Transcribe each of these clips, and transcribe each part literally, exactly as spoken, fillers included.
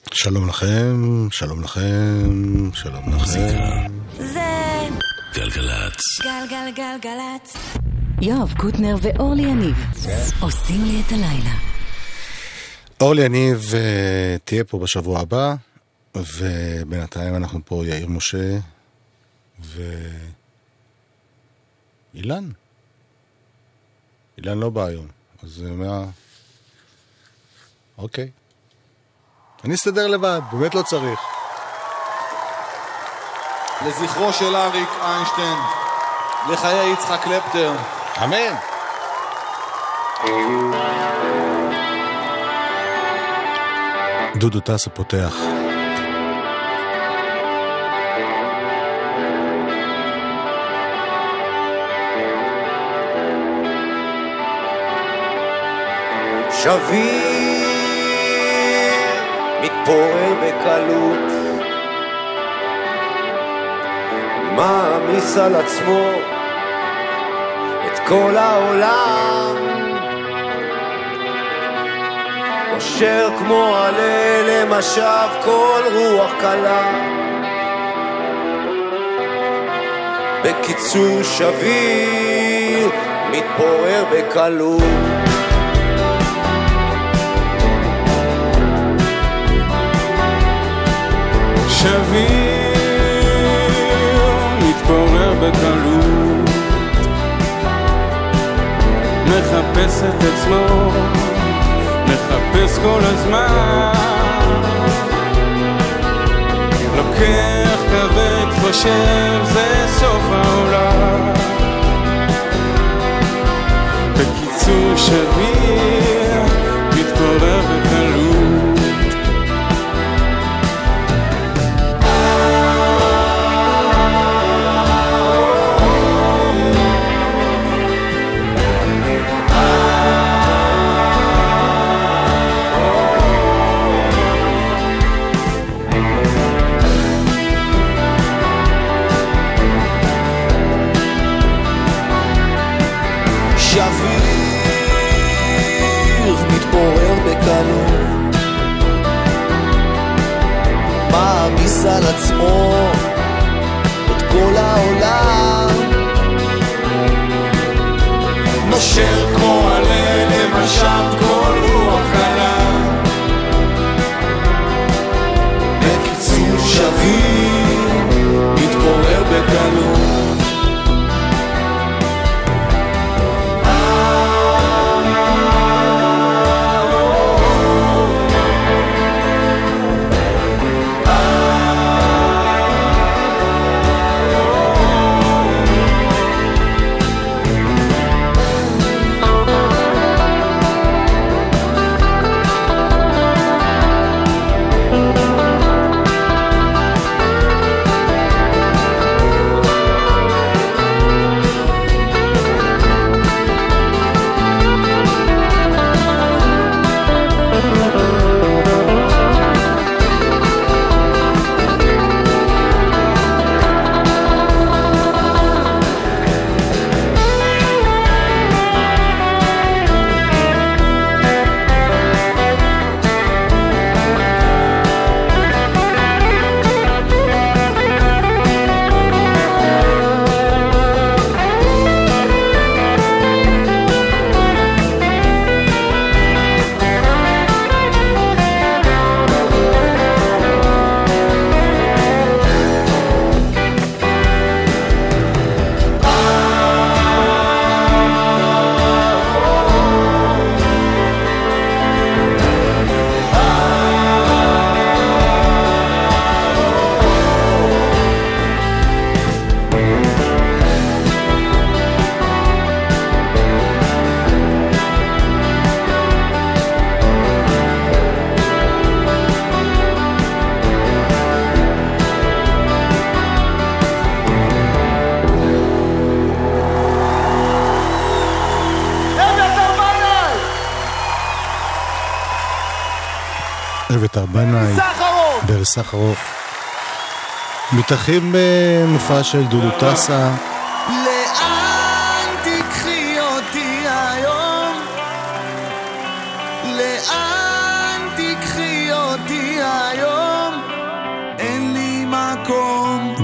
שלום לכם, שלום לכם, שלום לכם. זה גלגלצ. גלגלגלגלצ. יואב קוטנר ואורלי יניב עושים לי את הלילה. אורלי יניב תהיה פה בשבוע הבא, ובינתיים אנחנו פה יאיר משה ואילן. אילן לא בא היום, אז מה... אוקיי. אני אסתדר לבד, באמת לא צריך. לזכרו של אריק איינשטיין, לחיי יצחק קלפטר. אמן. דודו טסה פותח. שביר מתפורר בקלות, מעמיס על עצמו את כל העולם, אושר כמו עלה למשב כל רוח קלה. בקיצור שביר מתפורר בקלות. שביר מתפורר בקלות, מחפש את עצמו, מחפש כל הזמן, לוקח כבד חושב זה סוף העולם. בקיצור שביר מתפורר בקלות. מעמיס על עצמו את כל העולם, נושר כמו עלה למשב כל רוח קלה. בקיצור שביר מתפורר בקלות. אביתר בנאי, בר סחרוף, מתארחים במופע של דודו טסה. לאן תקחי אותי היום? לאן תקחי אותי היום?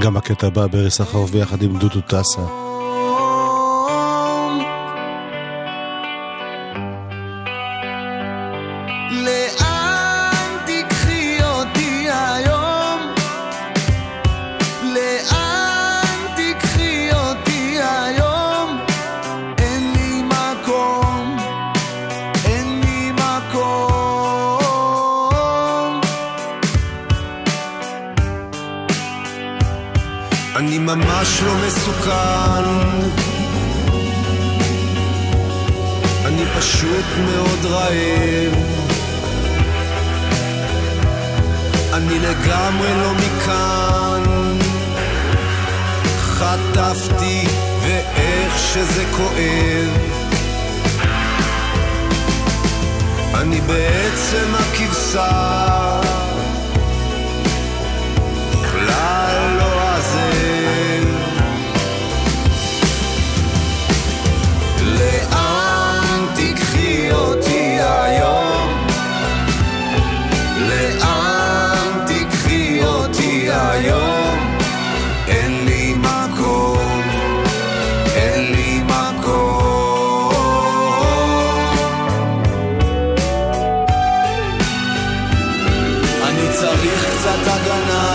גם הקטע הבא ברי סחרוף ביחד עם דודו טסה. אני ממש לא מסוכן, אני פשוט מאוד רעב, אני לגמרי לא מכאן, חטפתי ואיך שזה כואב, אני בעצם הכבשה, כלל לא לאן תקחי אותי היום? לאן תקחי אותי היום? אין לי מקום, אין לי מקום. אני צריך קצת הגנה,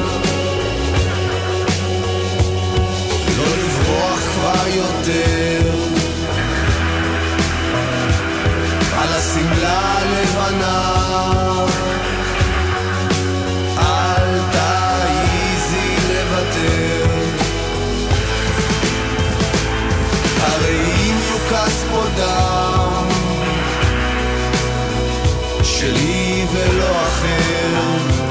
יותר על הסמלה הלבנה, אל תעיזי לוותר, הרי אם יוקס פה דם שלי ולא אחר,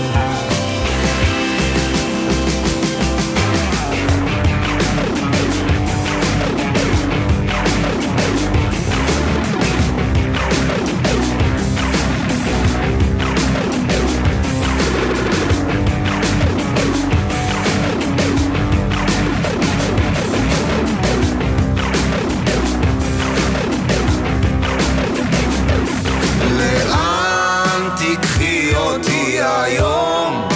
היום?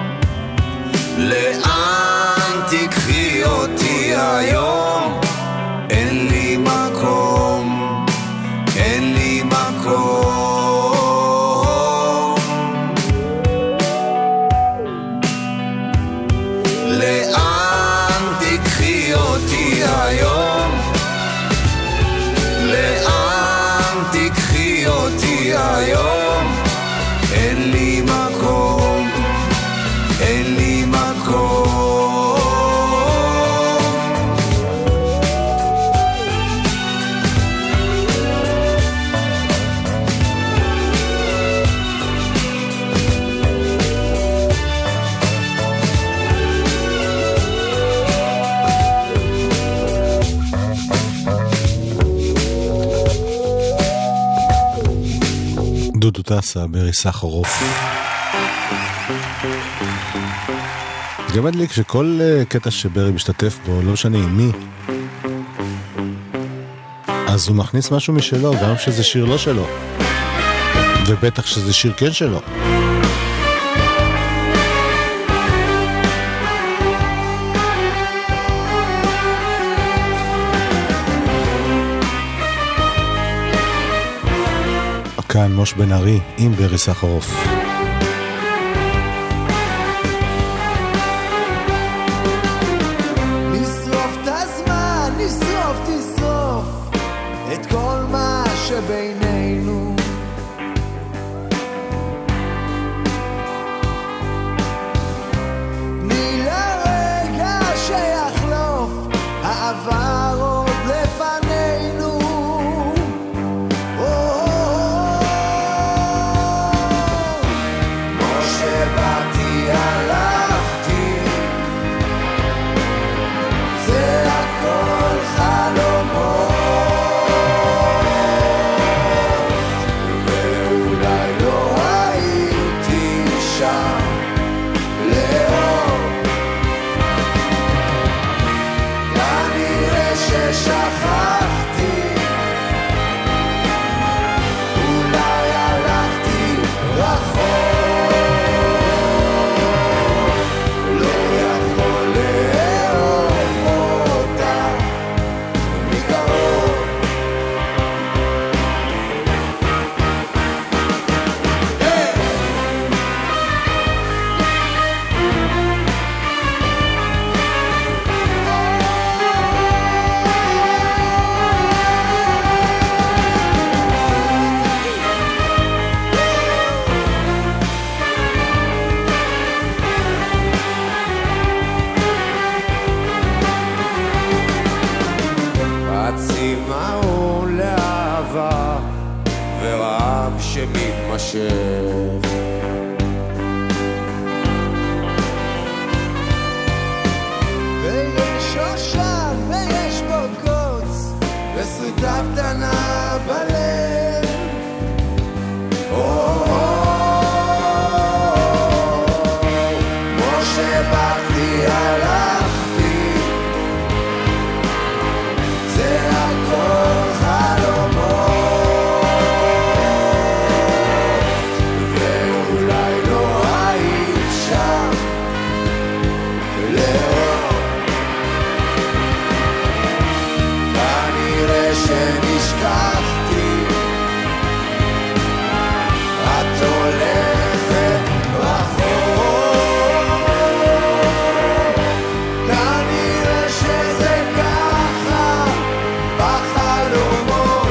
לאן תקחי אותי היום? אין לי מקום, אין לי מקום. לאן תקחי אותי היום? לאן תקחי אותי היום? אין לי מקום, אין לי מקום. דודו טסה, ברי סחרוף. גם מדליק שכל קטע שברי משתתף בו, לא משנה עם מי, אז הוא מכניס משהו משלו, גם שזה שיר לא שלו, ובטח שזה שיר כן שלו. כאן מוש בן ארי עם ברי סחרוף. נשרוף את הזמן, נשרוף, תשרוף את כל מה שבינינו, תני לרגע שיחלוף, העבר עוד לפנינו. לא יכול חושך. ויש שושן ויש בו קוץ וסריטה קטנה בלב. כמו שבאתי הלכתי, זה הכל חלומות, ואולי לא היית שם לאור, כנראה שנשכחתי, את הולכת רחוק, כנראה שזה ככה בחלומות.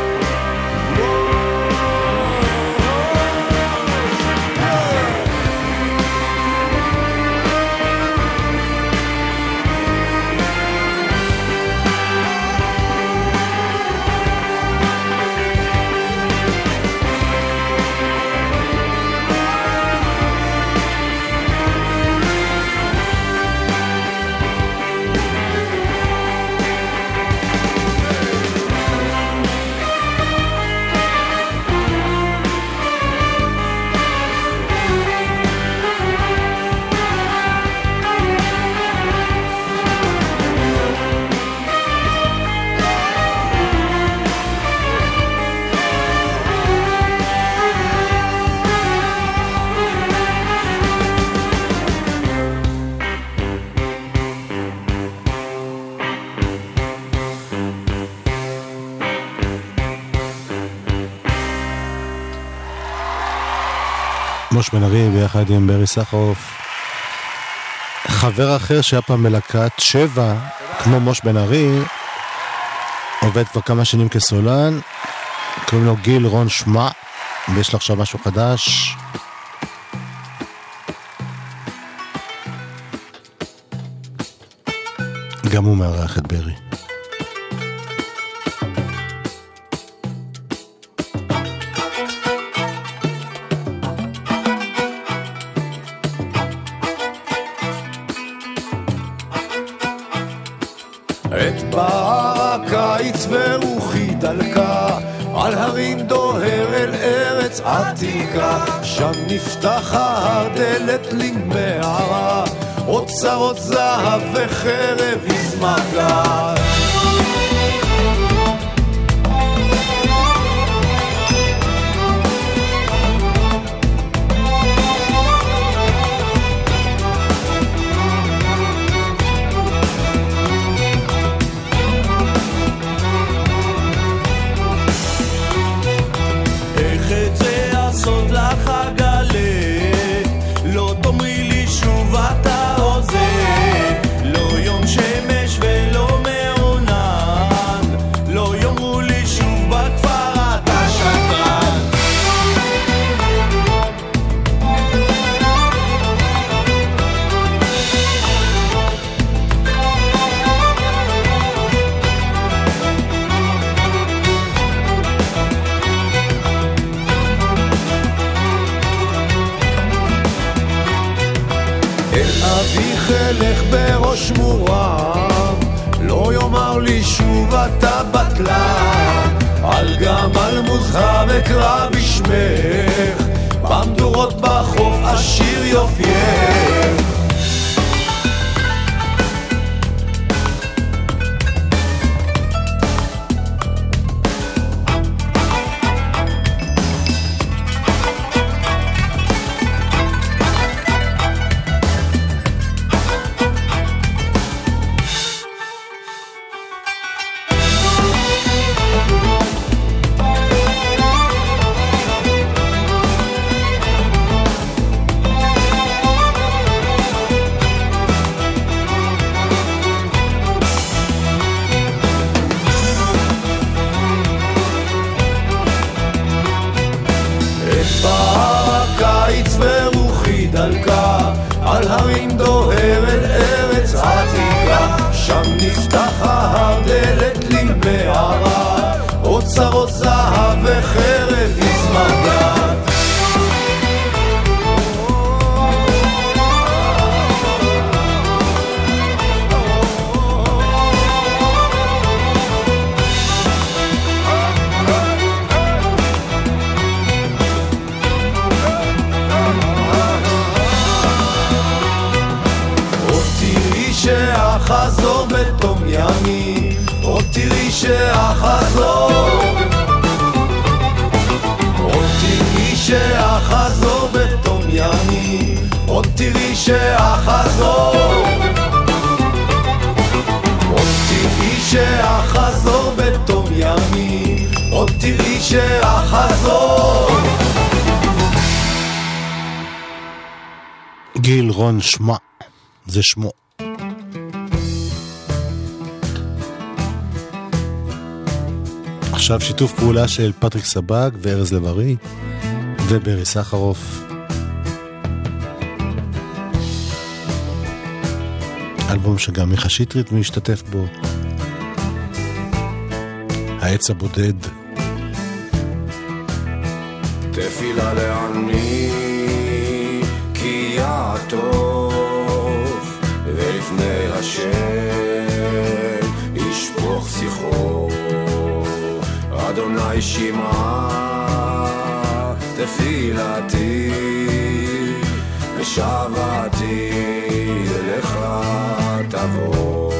מוש בן ארי ביחד עם ברי סחרוף, חבר אחר שהיה פעם מלהקת שבע כמו מוש בן ארי, עובד כבר כמה שנים כסולן, קוראים לו גיל רון שמע, ויש לו עכשיו משהו חדש. גם הוא מארח את ברי. את בהר הקיץ ורוחי דלקה על הרים דוהר אל ארץ עתיקה, שם נפתחה הדלת למערה, אוצרות זהב וחרב יזמגה. לך בראש מורם, לא יאמר לי שוב אתה בטלן, על גמל מוזהב אקרא בשמך, במדורות בחוף אשיר יופייך. על הרים דוהר אל ארץ עתיקה, שם נפתחה הדלת למערה, אוצרות זהב וחרב יזמגה. שאחזור, עוד תראי שאחזור בתום ימי, עוד תראי שאחזור, עוד תראי שאחזור בתום ימי, עוד תראי שאחזור. גיל רון שמע, זה שמו. עכשיו שיתוף פעולה של פטריק סבג וארז לב-ארי וברי סחרוף. אלבום שגם מיכה שטרית משתתף בו, העץ הבודד. תפילה לעני כי יעטוף, ולפני השם ישפוך שיחו. אדוני שמע תפילתי, ושבתי אליך תבוא.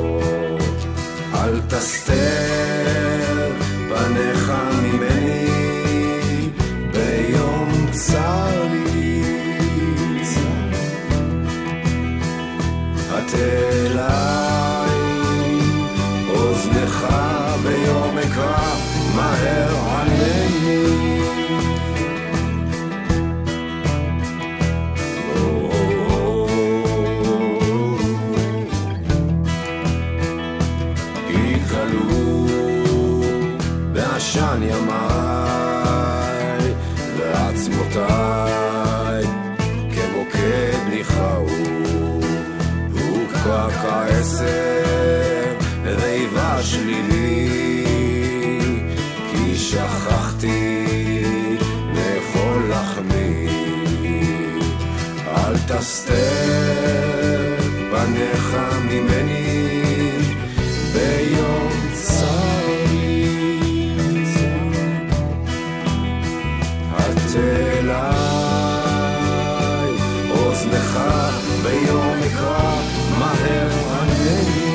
אל תסתר פניך ממני ביום צר לי, הטה אליי אוזנך ביום אקרא מהר עליני. עשן ימיי ועצמותיי כמוקד ניחאו, הוא כבר כעשר ואיבה שלילי, כי שכחתי לאכול לחמי. אל תסתר פניך ממני ביום צר, אליי אוזנך ביום אקרא מהר ענני.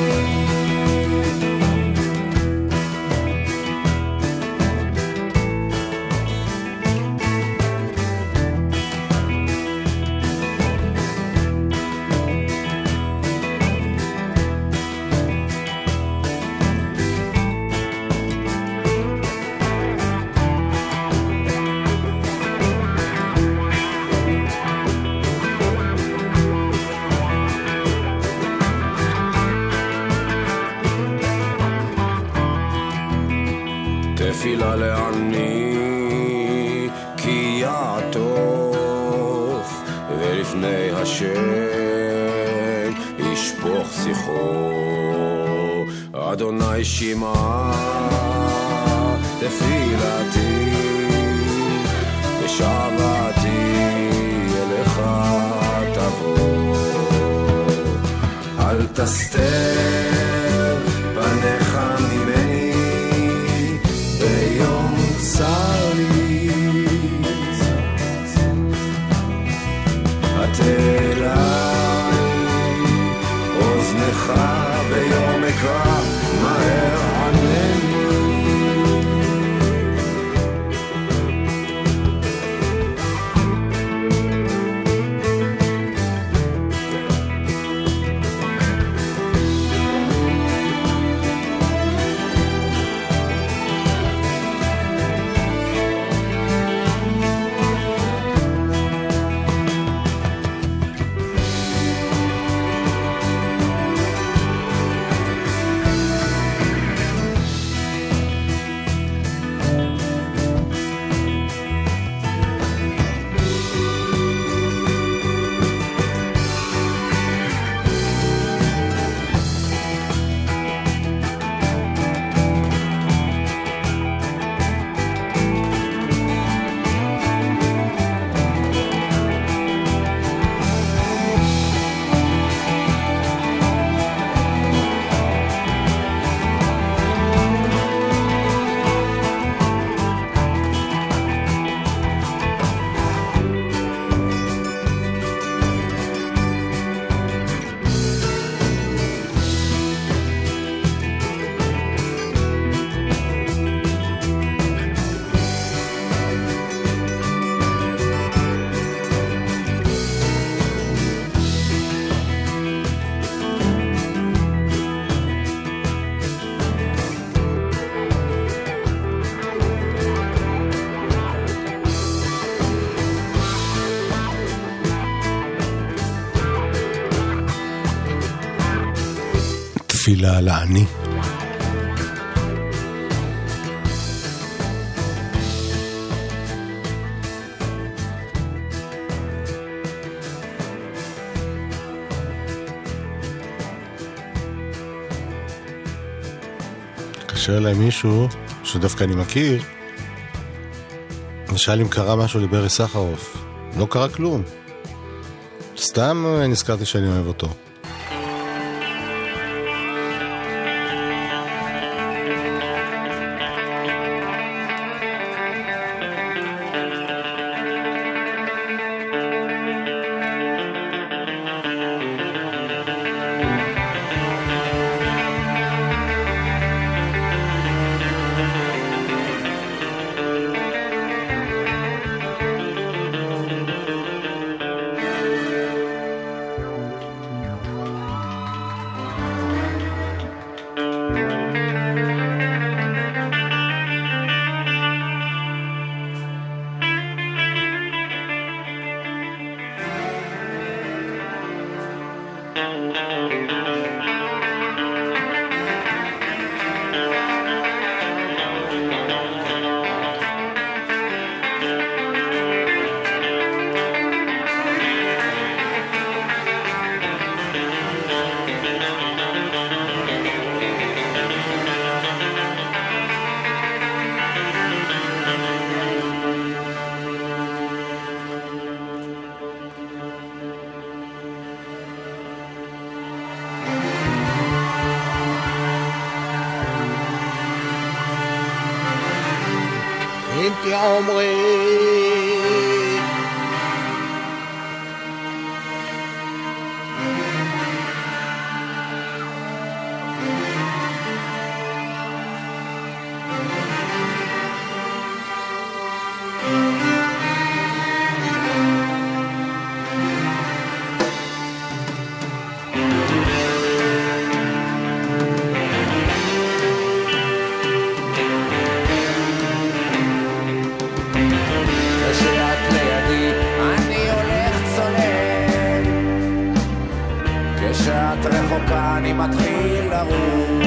תפילה לעני כי יעטוף, ולפני השם ישפוך שיחו. אדוני שמע תפילתי, ושבתי אליך תבוא. אל תסתר פניך ממני ביום צר לי, הטה אליי אוזנך ביום אקרא מהר ענני. תפילה לעני. התקשר אליי מישהו שדווקא אני מכיר, ושאל אם קרה משהו לברי סחרוף. לא קרה כלום, סתם נזכרתי שאני אוהב אותו. انت عمري אני מתחיל לרוץ,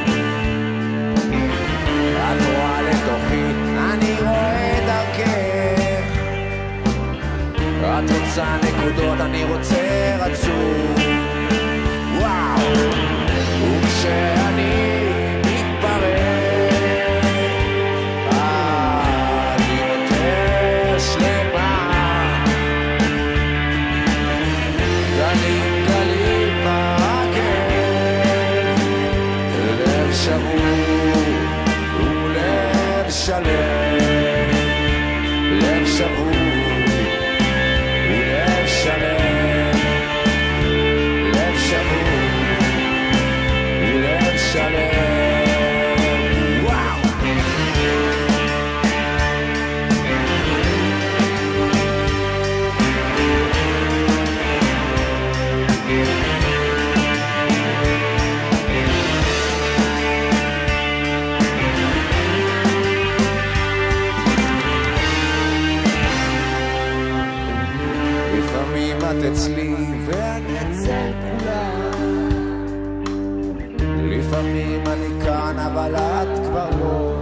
את רואה לתוכי, אני רואה דרכך, את רוצה נקודות, אני רוצה רצוף, וואו, וכשאני מתפרק, אני יותר שלמה, גלים גלים ברקת, לב שבור ולב שלם, לב שבור ולב שלם, לב שבור ולב שלם, וואו. לפעמים את אצלי ואני אצל כולם, לפעמים אני כאן אבל את כבר לא,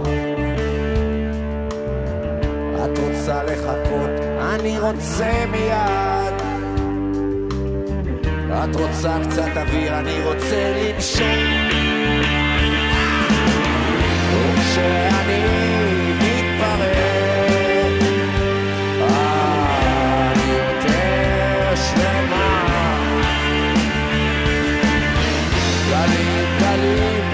את רוצה לחכות, אני רוצה מיד, את רוצה קצת אוויר, אני רוצה לנשום, וכשאני מתפרק אני יותר שלמה, גלים גלים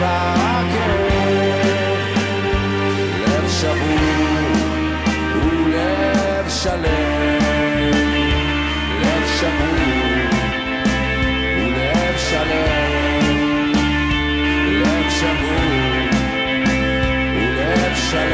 ברקת, לב שבור ולב שלם, לב שבור ולב שלם, לב שבור ולב שלם.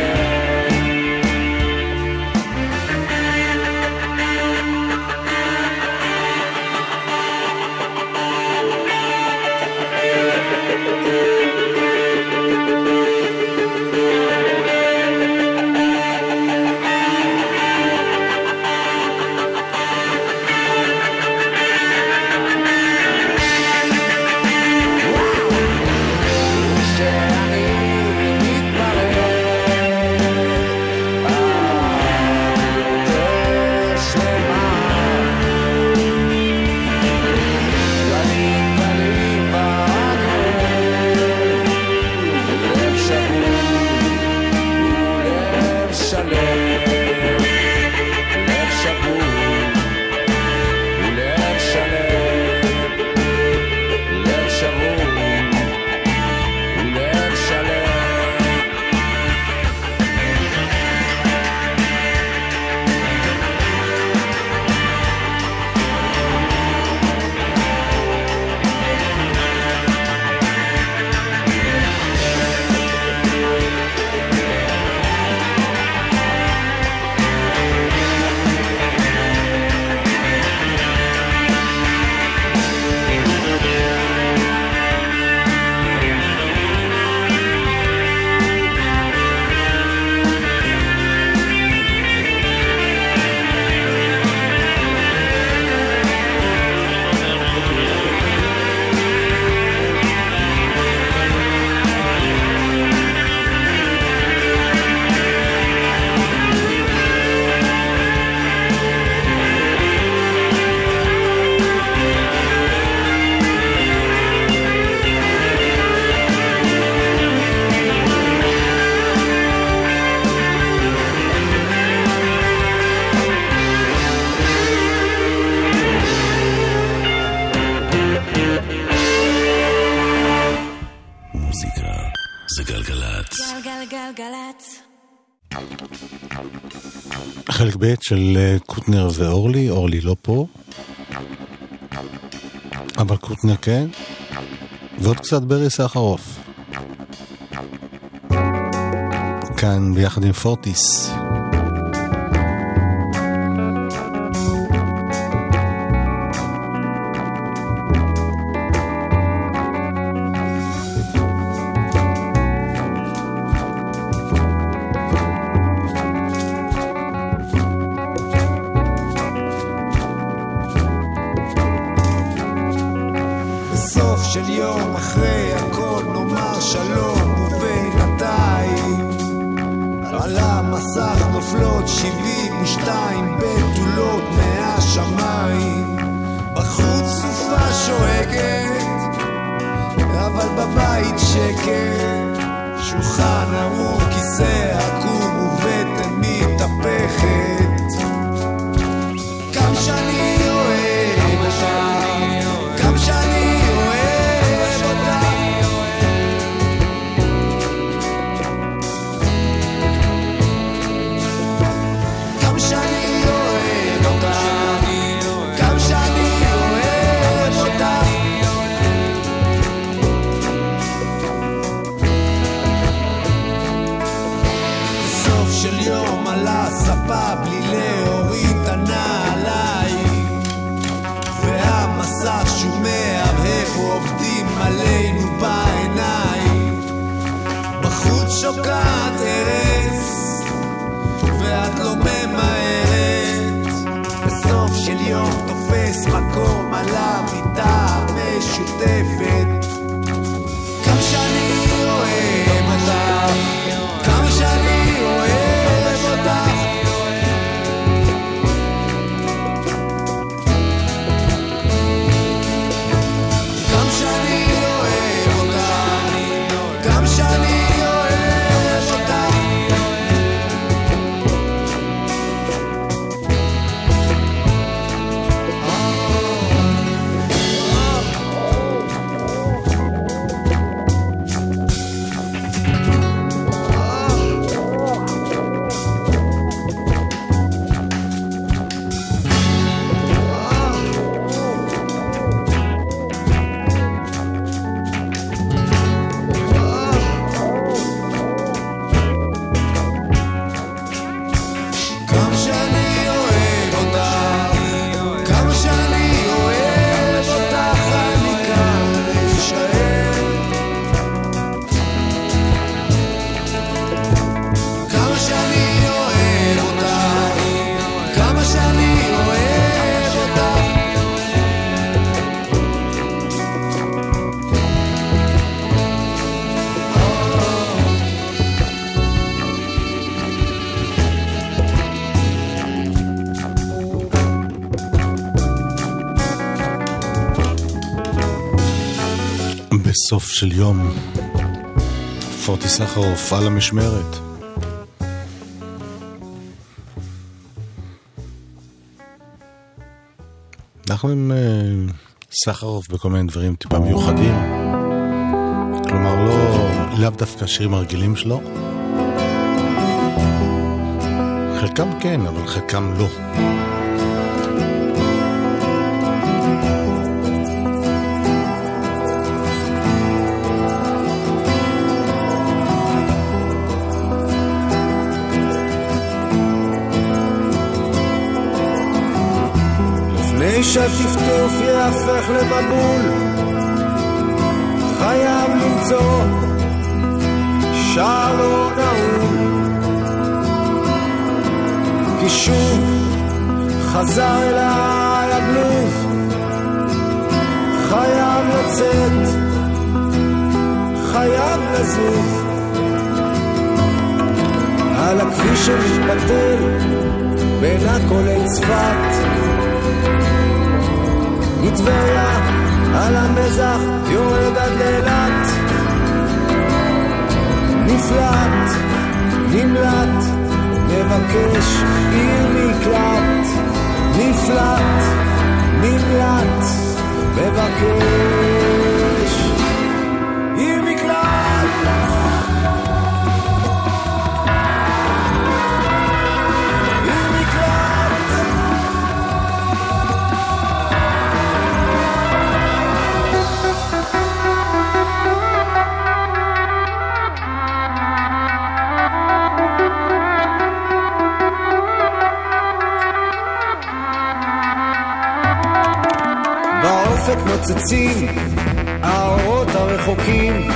גלגלצ. חלק ב' של קוטנר ואורלי, אורלי לא פה, אבל קוטנר כן, ועוד קצת ברי סחרוף. כאן ביחד עם פורטיס. בסוף של יום, פורטיס סחרוף על המשמרת. אנחנו עם uh, סחרוף בכל מיני דברים טיפה מיוחדים, כלומר לא לאו דווקא שירים הרגילים שלו, חלקם כן אבל חלקם לא. שהטפטוף יהפך לבבול, חייב למצוא שער לא נעול, כי שוב חזר אליי הבלוז, חייב לצאת, חייב לזוז על הכביש שמתבטל בין הכל צפת, מטבריה על המזח יורד עד לאילת, נפלט, נמלט, מבקש עיר מקלט, נפלט, נמלט, מבקש עיר מקלט. באופק נוצצים האורות הרחוקים,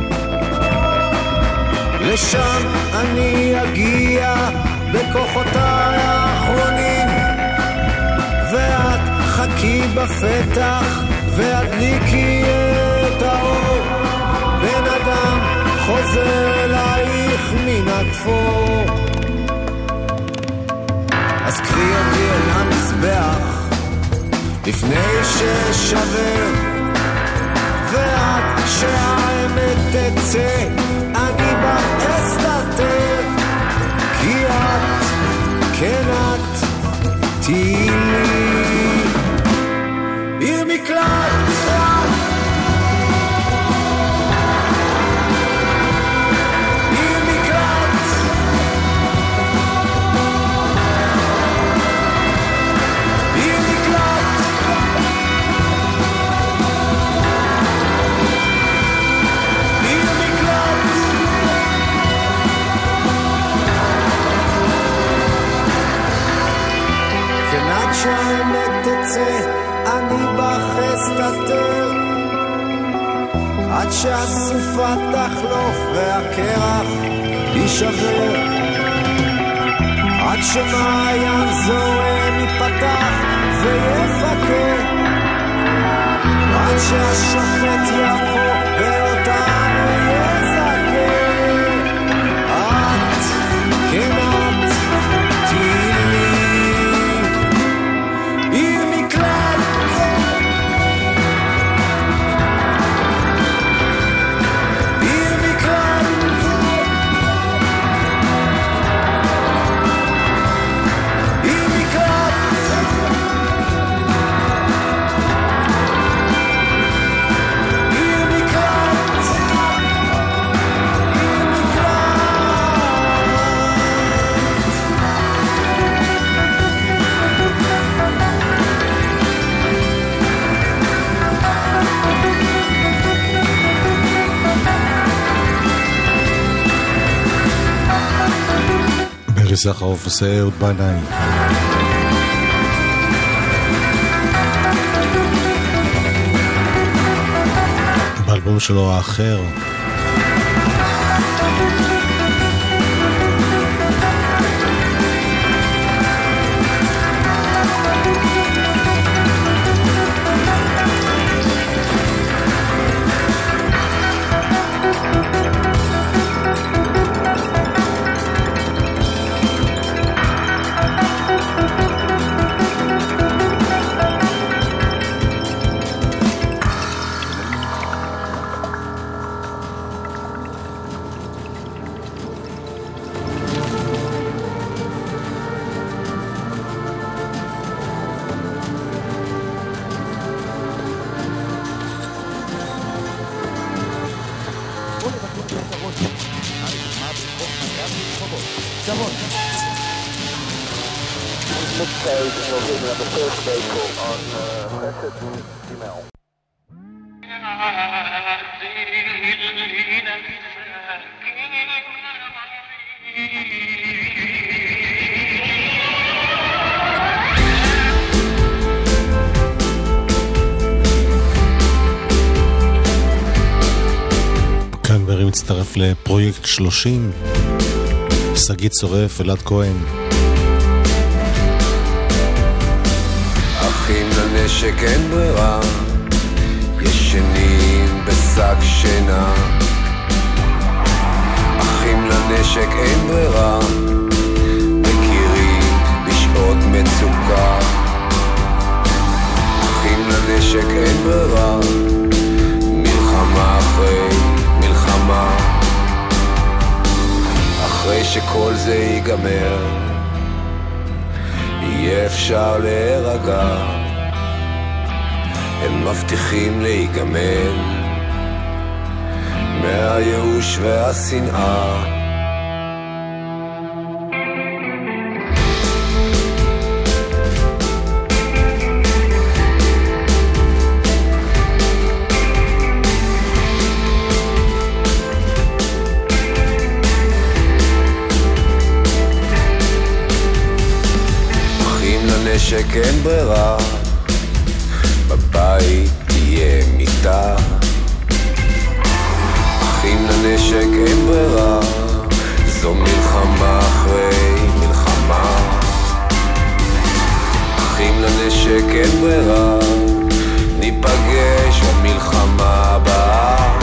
לשם אני אגיע בכוחותיי האחרונים, ואת חכי בפתח והדליקי את האור, בן אדם חוזר אלייך מן הכפור. אז קחי אותי אל המזבח לפני ששבר, ואת שהאמת תצא אני בך אסתתר, כי את, כן את, תהי לי עיר מקלט. שהאמת תצא אני בך אסתתר, עד שהסופה תחלוף והקרח יישבר, עד שמעיין זורם ייפתח ויפקר, עד שהשופט יבוא ואותנו יזכר. את, כן את, תהי לי עיר מקלט. עיר מקלט. עיר מקלט. עיר מקלט. עיר מקלט. ברי סחרוף עושה אהוד בנאי, באלבום שלו האחר. כאן ברי מצטרף לפרויקט שלושים, שגית צורף, אלעד כהן. אחים לנשק אין ברירה, ישנים בשק שינה. אחים לנשק אין ברירה, מכירים בשעות מצוקה. אחים לנשק אין ברירה, מלחמה אחרי מלחמה. אחרי שכל זה ייגמר יהיה אפשר להירגע, הם מבטיחים להיגמל מהייאוש והשנאה. אחים לנשק אין ברירה, בבית אולי תהיה מיטה. אחים לנשק אין ברירה, זו מלחמה אחרי מלחמה. אחים לנשק אין ברירה, ניפגש במלחמה הבאה.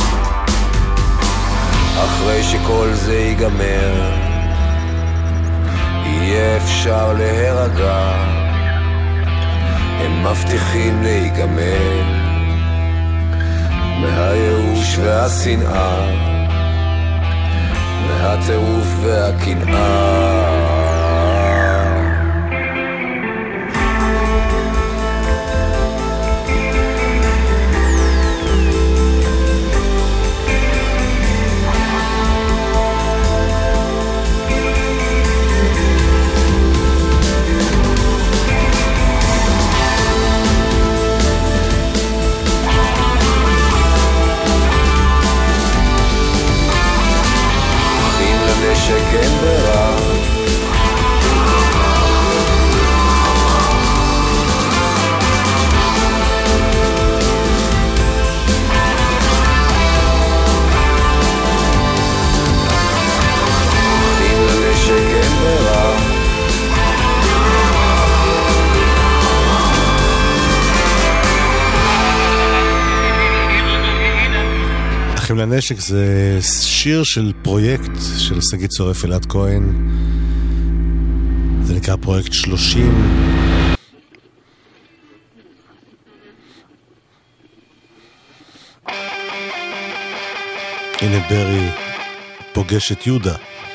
אחרי שכל זה ייגמר, יהיה אפשר להירגע. הם מבטיחים להיגמר מהייאוש והשנאה, מהטירוף והקנאה. שכן ברע אם לזה שכן ברע אחים לנשק זה שיר של פרויקט של שגיא צורף אלעד כהן, זה נקרא פרויקט שלושים. הנה ברי פוגש את יהודה.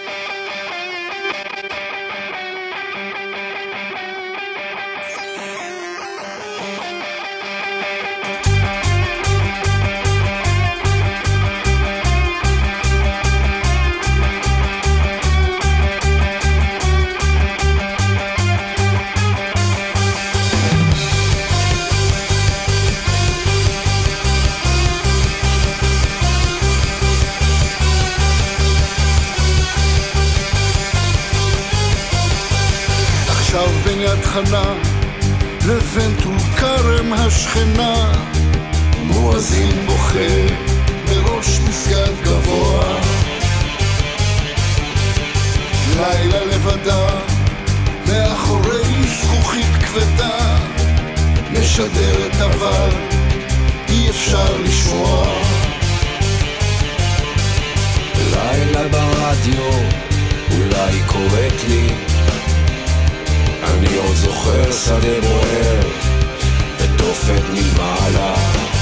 חנה לבין טול כרם השכנה, מואזין בוכה בראש מסגד גבוה. לילה לבדה מאחורי זכוכית כבדה, משדרת אבל אי אפשר לשמוע. לילה ברדיו אולי קוראת לי, אני עוד זוכר שדה בוער ותופת מלמעלה,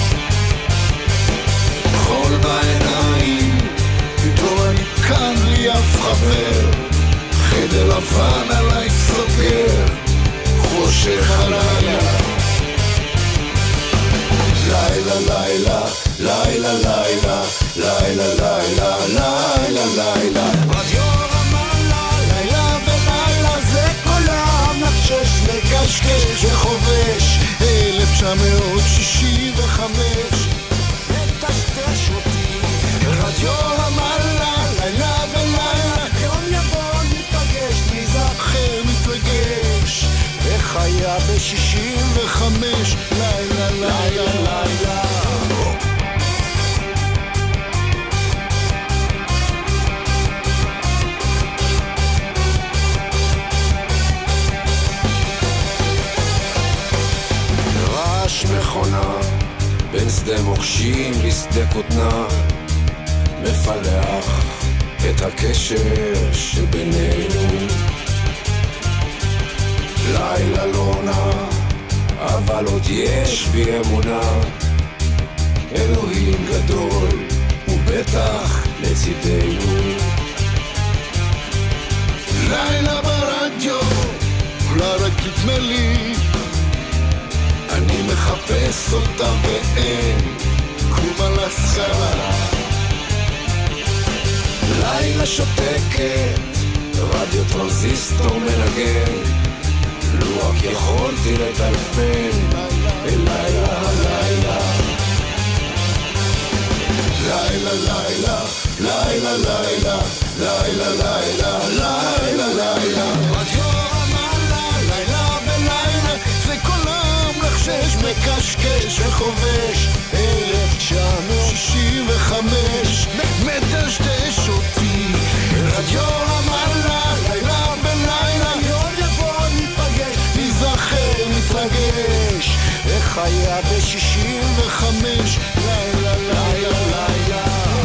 חול בעיניים, פתאום אני כאן לי אף חבר, חדר לבן עליי סוגר, חושך הלילה. לילה לילה לילה לילה לילה לילה לילה לילה רדיו רמאללה, לילה ולילה זה קולם נחשש מקשקש וחובש אלף תשע מאות שישים וחמש מטשטש אותי. רדיו רמאללה, לילה ולילה יום יבוא ניפגש, מזרחר מתרגש וחיה בשישים וחמש. לילה לילה לילה רעש מכונה בין שדה מוקשים לשדה כותנה, מפלח את הקשר שבינינו. לילה לא נע אבל עוד יש בי אמונה, אלוהים גדול ובטח לצידנו. לילה ברדיו אולי רק נדמה לי, אני מחפש אותה ואין כלום על הסקלה. לילה שותקת, רדיו טרנזיסטור מנגן, לו רק יכולתי לטלפן בלילה הלילה. לילה לילה לילה לילה לילה לילה לילה לילה רדיו רמאללה, לילה ולילה זה קולם נחשש מקשקש וחובש אלף תשע מאות שישים וחמש מדשדש אותי רדיו רמאללה לילה בלילה יום יבוא ניפגש נזכר נתרגש איך היה ב-שישים וחמש לילה לילה לילה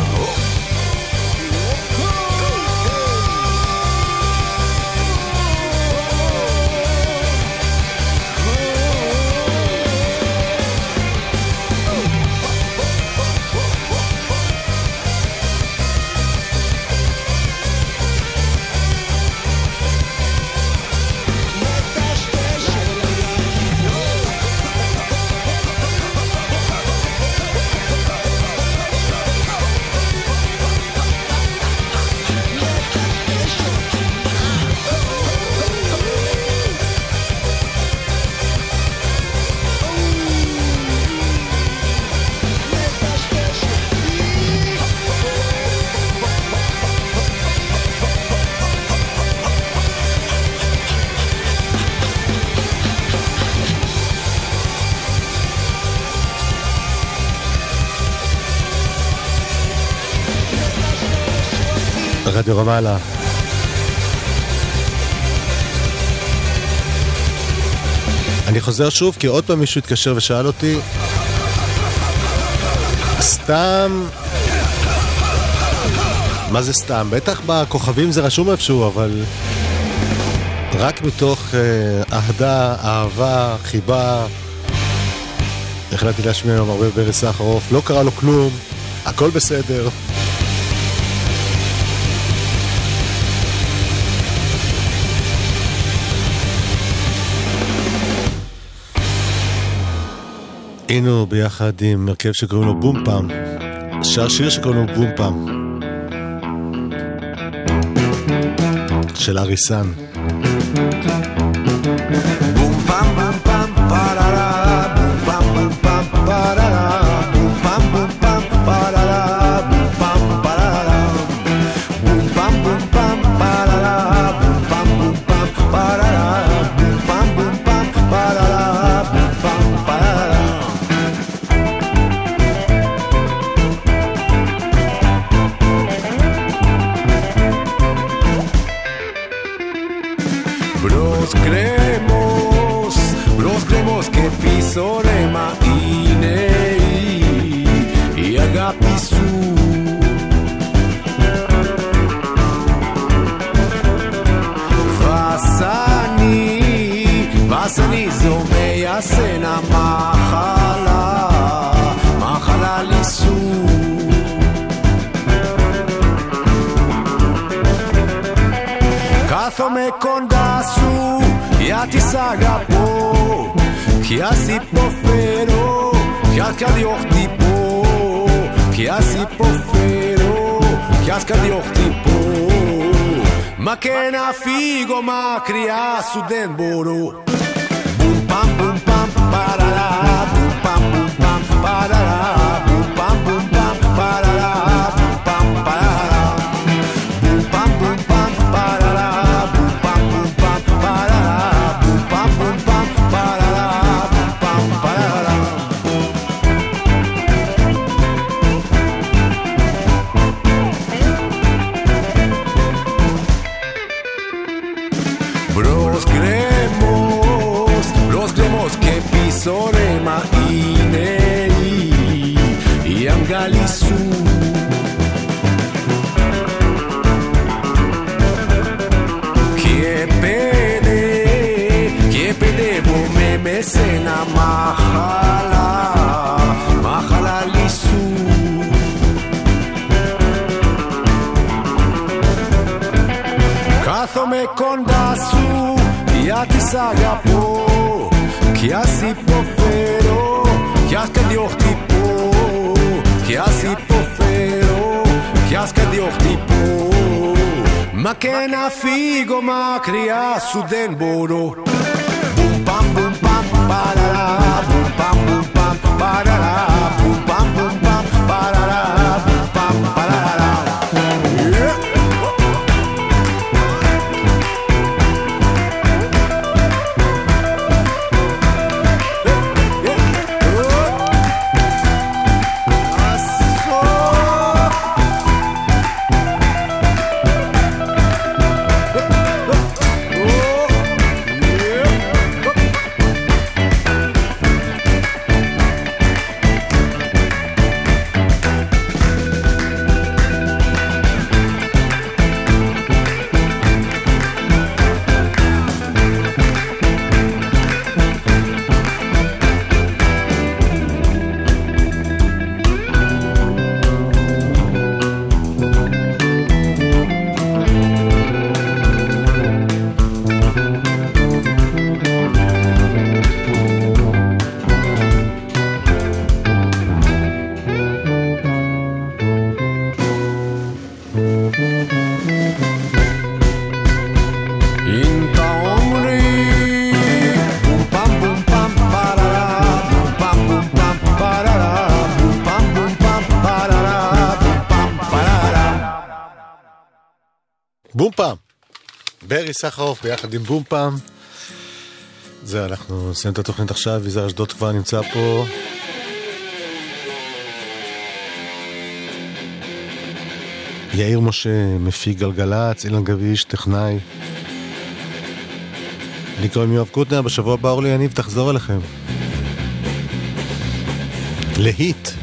רדיו רמאללה. אני חוזר שוב כי עוד פעם מישהו התקשר ושאל אותי סתם מה זה סתם? בטח בכוכבים זה רשום איפשהו, אבל רק מתוך אה, אהדה, אהבה, חיבה. החלטתי להשמיע היום הרבה ברי סחרוף, לא קרה לו כלום, הכל בסדר. היינו ביחד עם מרכב שקוראים לו בום פעם, שר שיר שקוראים לו בום פעם של אריסן. בום פעם פעם פעם פררה בום פעם פעם פעם פררה בום פעם בום פעם פררה בום פעם פררה בום פעם בום פעם פררה בום פעם בום פעם פררה בום פעם בום פעם פררה בום פעם פררה Bros cremos, bros cremos que piso rema inei y agapisu Vasani, vasani zome yasena machala, machala lisu Κάθομαι κοντά σου γιατί σ' αγαπώ κι ας υποφέρω κι ας καρδιοχτυπώ κι ας υποφέρω κι ας καρδιοχτυπώ μα και να φύγω μακριά σου δεν μπορώ Μπουμ παμ μπουμ παμ παραρά μπουμ παμ μπουμ παμ παραρά μπουμ παμ μπουμ παμ παραρά μπουμ παμ παραρά μπουμ παμ μπουμ παμ παραρά Bros cremos, bros cremos que pisorema inei y angalisu Que pede, que pede vome mesena machala, machala lisu Κάθομαι κοντά σου γιατί σ' αγαπώ κι ας υποφέρω κι ας καρδιοχτυπώ κι ας υποφέρω κι ας καρδιοχτυπώ μα και να φύγω μακριά σου δεν μπορώ Μπουμ παμ μπουμ παμ παραρά μπουμ παμ μπουμ παμ παραρά μπουμ παμ μπουμ παμ παραρά μπουμ παμ παραρά Yeah. בום פעם. ברי סחרוף ביחד עם בום פעם. זהו, אנחנו נסיים את התוכנית עכשיו, ויזר אשדוד כבר נמצא פה. יאיר משה, מפיק גלגלץ, אילן גביש, טכנאי. לי קוראים יואב קוטנר, בשבוע הבא אורלי יניב תחזור אליכם. להיט.